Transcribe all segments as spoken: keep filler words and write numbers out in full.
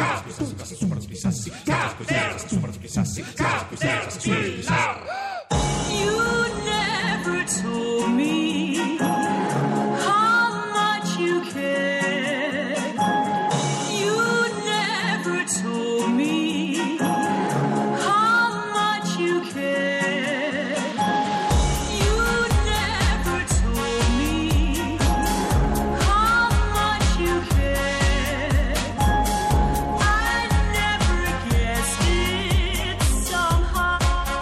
never told me how much you care. You never told me how much you care. You never told me how much you care. I never guessed it somehow.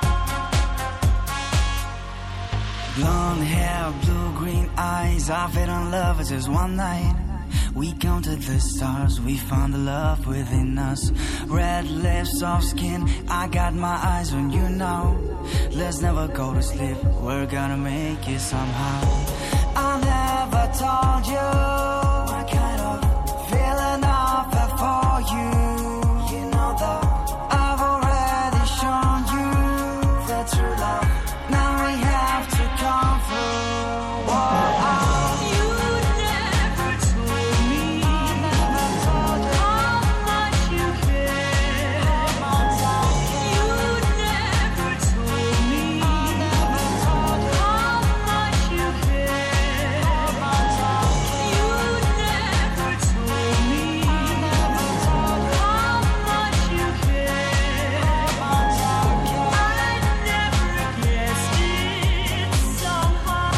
Blonde hair, blue-green eyes, I fell in love with just one night. We counted the stars, we found the love within us. Red lips, soft skin, I got my eyes on you now. Let's never go to sleep, we're gonna make it somehow. I never told you what kind of feeling I felt for you. You know that I've already shown you the true love. Now we have to come through. Whoa, You never told me how much you care. You never told me how much you care. You never told me how much you care. I never guessed it somehow.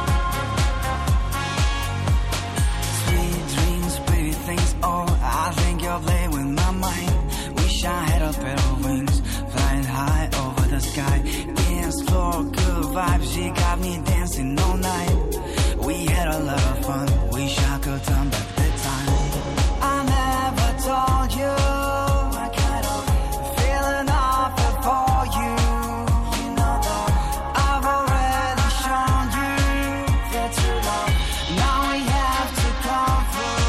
Sweet dreams, pretty things, oh, I think you're playing with my mind. Wish I had a pair of wings, flying high over the sky. Dance floor, good vibes, she got me dancing all night. We had a lot of fun, wish I could turn back the time. I never told you what kind of feeling I felt for you. You know that I've already shown you the true love. Now we have to come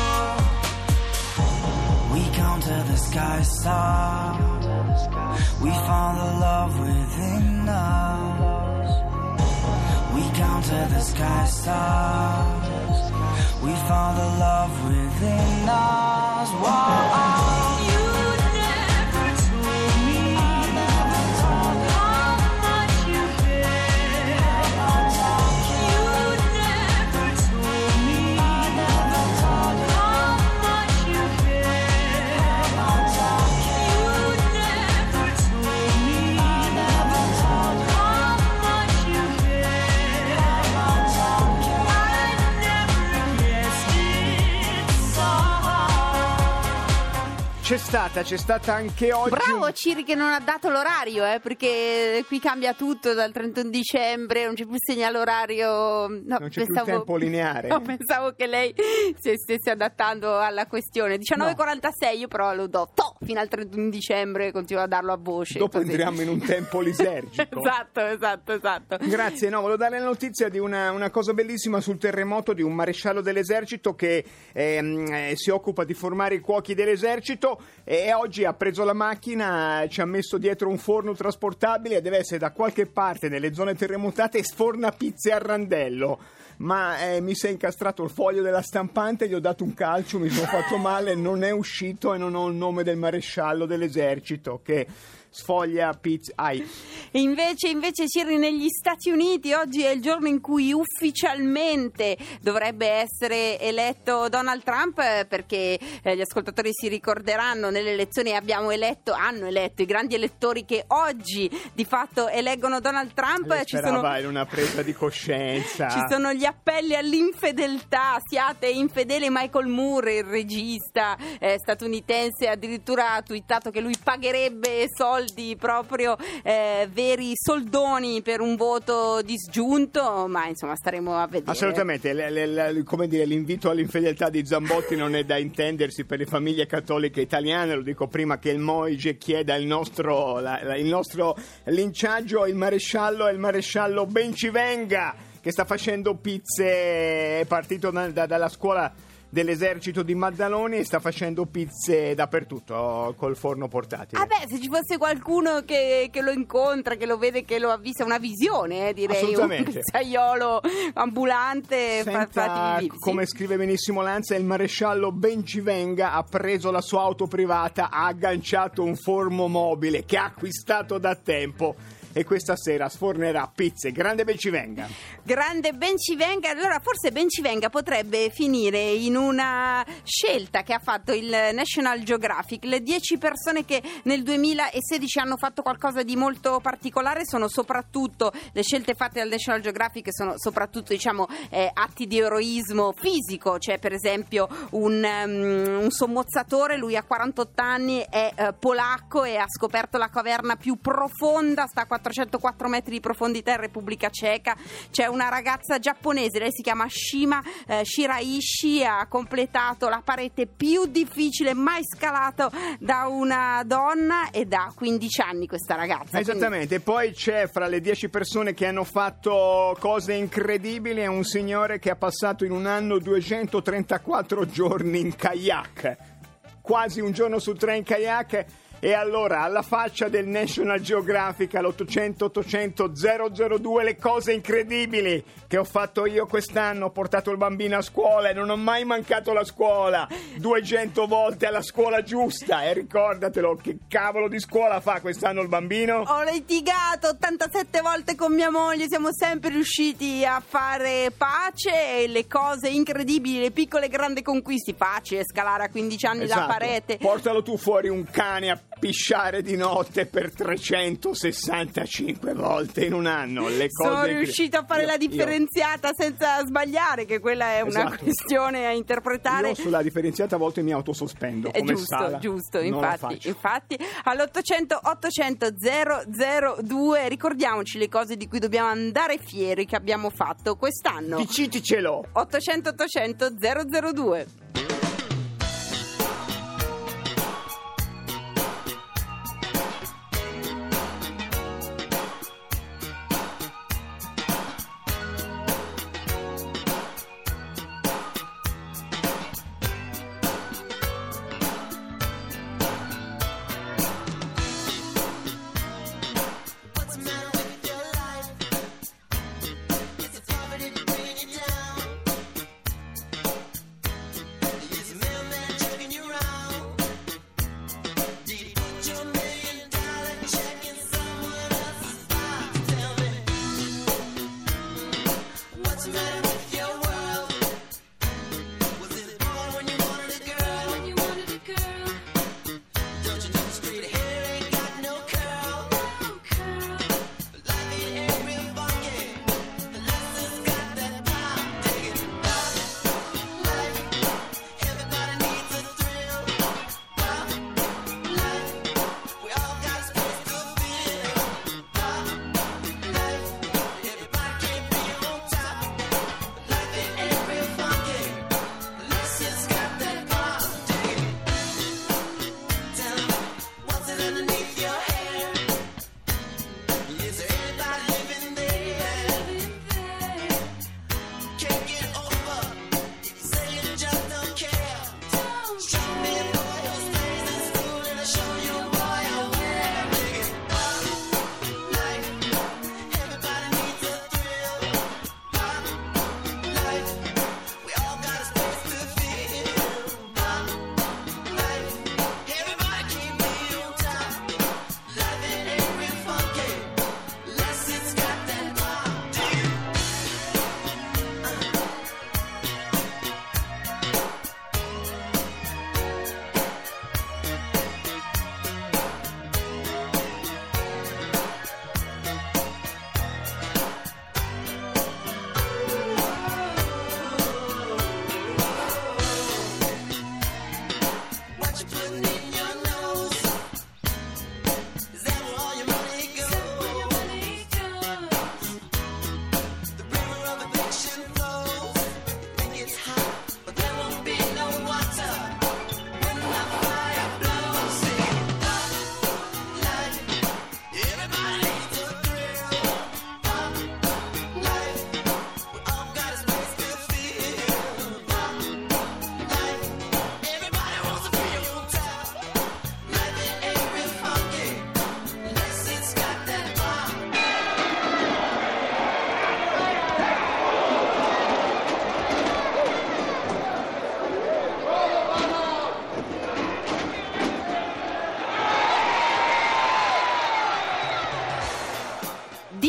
through. We counted the sky stars. We found the love within us. We counted the sky stars. We found the love within us. Whoa. You never told me how much you care. You never told me how much you care. You never told me how much you care. I never guessed it somehow. C'è stata, c'è stata anche oggi. Bravo Ciri che non ha dato l'orario, eh, perché qui cambia tutto dal trentuno dicembre, non c'è più segnale orario. No, Non c'è più tempo lineare. No, pensavo che lei si stesse adattando alla questione. diciannove e quarantasei, io però lo do to, fino al trentuno dicembre, continuo a darlo a voce. Dopo così. entriamo in un tempo lisergico. Esatto, esatto, esatto. Grazie, no, volevo dare la notizia di una, una cosa bellissima sul terremoto di un maresciallo dell'esercito che ehm, eh, si occupa di formare i cuochi dell'esercito e oggi ha preso la macchina, ci ha messo dietro un forno trasportabile e deve essere da qualche parte nelle zone terremotate e sforna pizze a randello. Ma eh, mi si è incastrato il foglio della stampante, gli ho dato un calcio, mi sono fatto male, non è uscito e non ho il nome del maresciallo dell'esercito che sfoglia pizza. Ai. E invece, invece Ciri, negli Stati Uniti oggi è il giorno in cui ufficialmente dovrebbe essere eletto Donald Trump, eh, perché eh, gli ascoltatori si ricorderanno, nelle elezioni abbiamo eletto, hanno eletto i grandi elettori che oggi di fatto eleggono Donald Trump. Lei Ci sperava sono, in una presa di coscienza. ci sono gli appelli all'infedeltà, siate infedele. Michael Moore, il regista eh, statunitense, addirittura ha twittato che lui pagherebbe soldi proprio eh, veri soldoni per un voto disgiunto, ma insomma staremo a vedere. Assolutamente, le, le, le, come dire, l'invito all'infedeltà di Zambotti non è da intendersi per le famiglie cattoliche italiane, lo dico prima che il Moige chieda il nostro, la, la, il nostro linciaggio. Il maresciallo è il maresciallo Bencivenga, che sta facendo pizze, è partito da, da, dalla scuola dell'esercito di Maddaloni e sta facendo pizze dappertutto col forno portatile. Ah beh, se ci fosse qualcuno che, che lo incontra, che lo vede, che lo ha visto, è una visione, eh, direi, un Assolutamente. pizzaiolo ambulante. fa- Senta, fatti vivi, sì. come scrive benissimo Lanza, il maresciallo Bencivenga ha preso la sua auto privata, ha agganciato un forno mobile che ha acquistato da tempo e questa sera sfornerà pizze. Grande Bencivenga. Grande Bencivenga. Allora forse Bencivenga potrebbe finire in una scelta che ha fatto il National Geographic. Le dieci persone che nel duemilasedici hanno fatto qualcosa di molto particolare sono soprattutto, le scelte fatte dal National Geographic sono soprattutto, diciamo, eh, atti di eroismo fisico. C'è per esempio un, um, un sommozzatore, lui ha quarantotto anni, è eh, polacco e ha scoperto la caverna più profonda, sta a quattrocentoquattro metri di profondità in Repubblica Ceca. C'è una ragazza giapponese, lei si chiama Shima eh, Shiraishi, ha completato la parete più difficile mai scalato da una donna e da quindici anni questa ragazza. Esattamente, poi c'è fra le dieci persone che hanno fatto cose incredibili un signore che ha passato in un anno duecentotrentaquattro giorni in kayak, quasi un giorno su tre in kayak. E allora, alla faccia del National Geographic all'ottocento ottocento zero zero due, le cose incredibili che ho fatto io quest'anno. Ho portato il bambino a scuola e non ho mai mancato la scuola, duecento volte alla scuola giusta, e ricordatelo, che cavolo di scuola fa quest'anno il bambino? Ho litigato ottantasette volte con mia moglie, siamo sempre riusciti a fare pace, e le cose incredibili, le piccole grandi conquiste. Facile scalare a quindici anni Esatto. la parete. Portalo tu fuori un cane a pisciare di notte per trecentosessantacinque volte in un anno. Le cose Sono incre- riuscito a fare Io- la differenziata senza sbagliare, che quella è una Esatto. questione a Io, interpretare. io sulla differenziata a volte mi autosospendo È come giusto, sala. giusto, Non la infatti, faccio. infatti all'ottocento ottocento zero zero due ricordiamoci le cose di cui dobbiamo andare fieri che abbiamo fatto quest'anno. Diciticelo. ottocento ottocento zero zero due. What's the matter with your life? Is it poverty bringing you down? Is the mailman checking you around? Did you put your million dollar check in someone else's box? Tell me, what's the matter with your world? Was it born when you wanted a girl? When you wanted a girl? Don't you know straight hair ain't got no curl? Life ain't real funky unless it's got that pop. Dig it, pop life. Everybody needs a thrill. Pop life. We all got a space to fill. Pop life. Everybody can't be on top. Life ain't real funky unless it's got that pop. Dig it. Tell me, what's it underneath your hair? Is there anybody living there? Can't get over. Say you just don't care. Show me a boy who stays in school and I'll show you a boy I wear. Dig it. Pop life. Everybody needs a thrill. Pop life. We all got a space to fill. Pop life. Everybody can't be on top. Life ain't real funky unless it's got that pop. Dig it. What you putting in your nose? Is that where all your money goes? The river of addiction flows. You think it's hot, but there won't be no water when the fire blows. Sing pop life. Everybody needs a thrill. Pop life. We all got a space to fill. Pop life.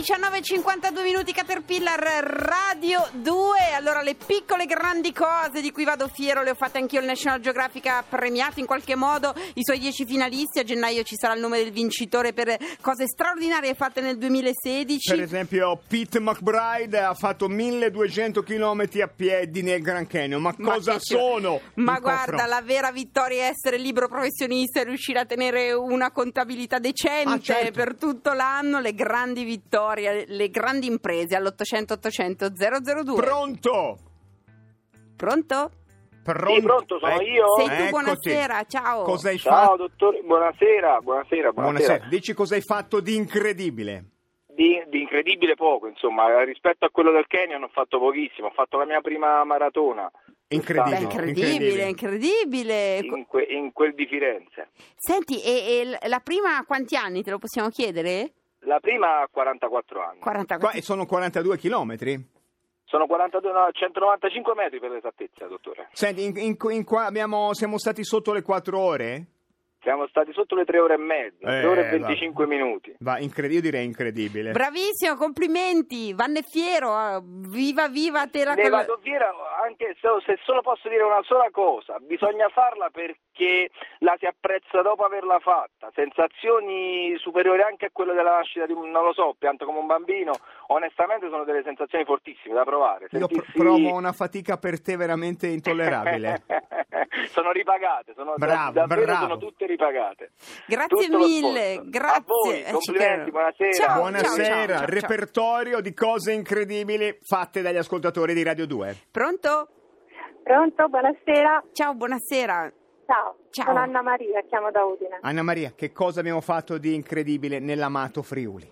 diciannove e cinquantadue minuti, Caterpillar Radio due. Allora, le piccole grandi cose di cui vado fiero le ho fatte anch'io. Il National Geographic ha premiato in qualche modo i suoi dieci finalisti. A gennaio ci sarà il nome del vincitore per cose straordinarie fatte nel duemilasedici. Per esempio Pete McBride ha fatto milleduecento chilometri a piedi nel Grand Canyon. Ma, Ma cosa che ci- sono? Ma in guarda, confronto? la vera vittoria è essere libero professionista e riuscire a tenere una contabilità decente Ah, certo. per tutto l'anno. Le grandi vittorie, le grandi imprese all'ottocento ottocento zero zero due. Pronto? Pronto? Pronto? Sì, pronto, sono Eh, io? Sei tu, Eccoti. buonasera, ciao. Cosa hai Ciao fatto? dottore, buonasera, buonasera, buonasera. Buonasera. Dici cosa hai fatto di incredibile? Di, di incredibile poco, insomma, rispetto a quello del Canyon ho fatto pochissimo, ho fatto la mia prima maratona. Beh, Incredibile. incredibile, incredibile. In, que- in quel di Firenze. Senti, e, e l- la prima a quanti anni, te lo possiamo chiedere? La prima a quarantaquattro anni. quarantaquattro. Qua, e sono quarantadue chilometri? Sono quarantadue, no, centonovantacinque metri per l'esattezza, dottore. Senti, in, in- in qua abbiamo, siamo stati sotto le quattro ore? Siamo stati sotto le tre ore e mezza, Eh, tre ore e va. venticinque minuti. Va, incre- io direi incredibile. Bravissimo, complimenti, Vanne Fiero, eh, viva viva te la Ne col- vado fiera, anche se, se solo posso dire una sola cosa, bisogna farla perché la si apprezza dopo averla fatta, sensazioni superiori anche a quelle della nascita di un, non lo so, pianto come un bambino, onestamente sono delle sensazioni fortissime da provare. Io pr- Sentirsi- provo una fatica per te veramente intollerabile. sono ripagate, sono, Bravo, davvero bravo. sono tutte ripagate. Grazie Tutto lo mille, sforzo. grazie. A voi, Eh, ci complimenti, credo. buonasera. Ciao, Buonasera, ciao, ciao, ciao. repertorio di cose incredibili fatte dagli ascoltatori di Radio due. Pronto? Pronto, buonasera. Ciao, buonasera. Ciao, Ciao. sono Anna Maria, chiamo da Udine. Anna Maria, che cosa abbiamo fatto di incredibile nell'amato Friuli?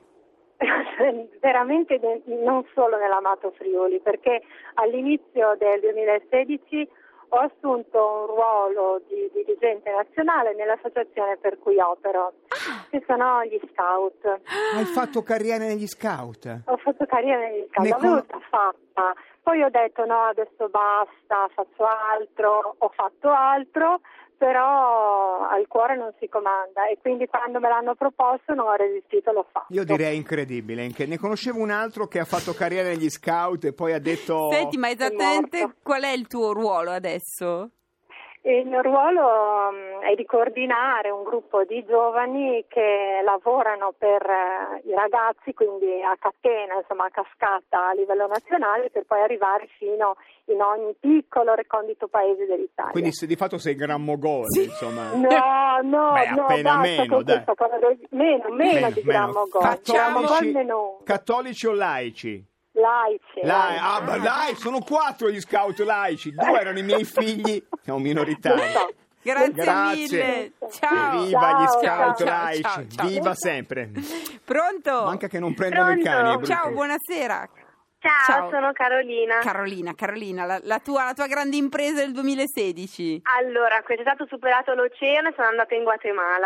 Veramente de- non solo nell'amato Friuli, perché all'inizio del duemilasedici ho assunto un ruolo di dirigente nazionale nell'associazione per cui opero, che sono gli scout. Hai fatto carriera negli scout? Ho fatto carriera negli scout, Ne l'avevo con- già fatta, poi ho detto no, adesso basta, faccio altro, ho fatto altro, però al cuore non si comanda e quindi quando me l'hanno proposto non ho resistito, l'ho fatto. Io direi incredibile. Inche- Ne conoscevo un altro che ha fatto carriera negli scout e poi ha detto... Senti, ma esattamente morto. qual è il tuo ruolo adesso? Il mio ruolo mm, è di coordinare un gruppo di giovani che lavorano per eh, i ragazzi, quindi a catena, insomma a cascata a livello nazionale, per poi arrivare fino in ogni piccolo recondito paese dell'Italia. Quindi se di fatto sei gran mogole, insomma. No, no, Beh, no, appena basta meno, con dai. questa cosa del- meno, meno, Meno, di meno. Gran Mogol. Facciamo- Gran Mogol non. Cattolici o laici? Laici. Lai- laici. ah, ma dai, sono quattro gli scout laici, due erano i miei figli, siamo minoritari. Lo so. Grazie, Grazie. mille. Ciao. Viva gli Ciao, scout ciao, laici, ciao, ciao. viva sempre. Pronto? Manca che non prendano i Pronto? cani. è brutto. Ciao, buonasera. Ciao, Ciao. sono Carolina. Carolina, Carolina, la, la tua, la tua grande impresa del duemilasedici. allora, quest'estate ho superato l'oceano e sono andata in Guatemala.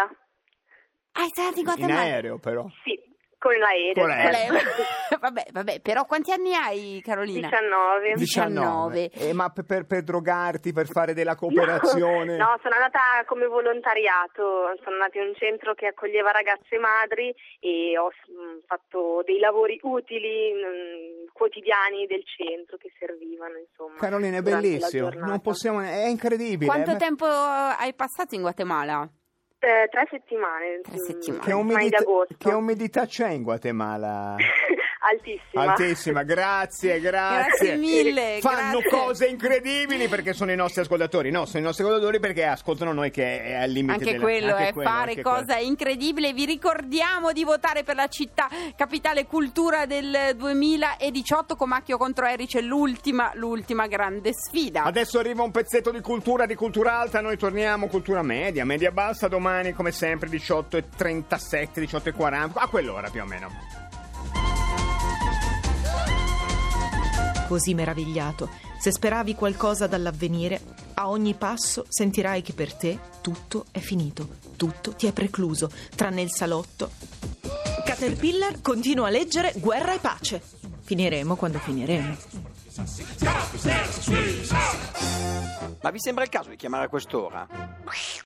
Ah, sei andata in In Guatemala? aereo però. Sì, con l'aereo. Con l'aereo. certo. vabbè, vabbè, però quanti anni hai, Carolina? diciannove. diciannove. Eh, ma per, per- per drogarti, per fare della cooperazione? No, sono andata come volontariato, sono andata in un centro che accoglieva ragazze madri e ho mm, fatto dei lavori utili mm, quotidiani del centro che servivano, insomma. Carolina, è durante la bellissimo, giornata. non possiamo, è incredibile. Quanto Ma- tempo hai passato in Guatemala? Eh, tre settimane. Tre mm, settimane. Che mai umidità, d'agosto. che umidità c'è in Guatemala? Altissima. Altissima, grazie, grazie. Grazie mille, Fanno grazie. cose incredibili perché sono i nostri ascoltatori. No, sono i nostri ascoltatori perché ascoltano noi che è al limite Anche della- quello anche è quello, fare anche cosa quello. incredibile. Vi ricordiamo di votare per la città capitale cultura del duemiladiciotto. Comacchio contro Erice, l'ultima, l'ultima grande sfida. Adesso arriva un pezzetto di cultura, di cultura alta. Noi torniamo cultura media, media bassa. Domani, come sempre, diciotto e trentasette, diciotto e quaranta. A quell'ora più o meno. Così meravigliato, se speravi qualcosa dall'avvenire, a ogni passo sentirai che per te tutto è finito, tutto ti è precluso, tranne il salotto. Caterpillar continua a leggere Guerra e pace. Finiremo quando finiremo. Ma vi sembra il caso di chiamare a quest'ora?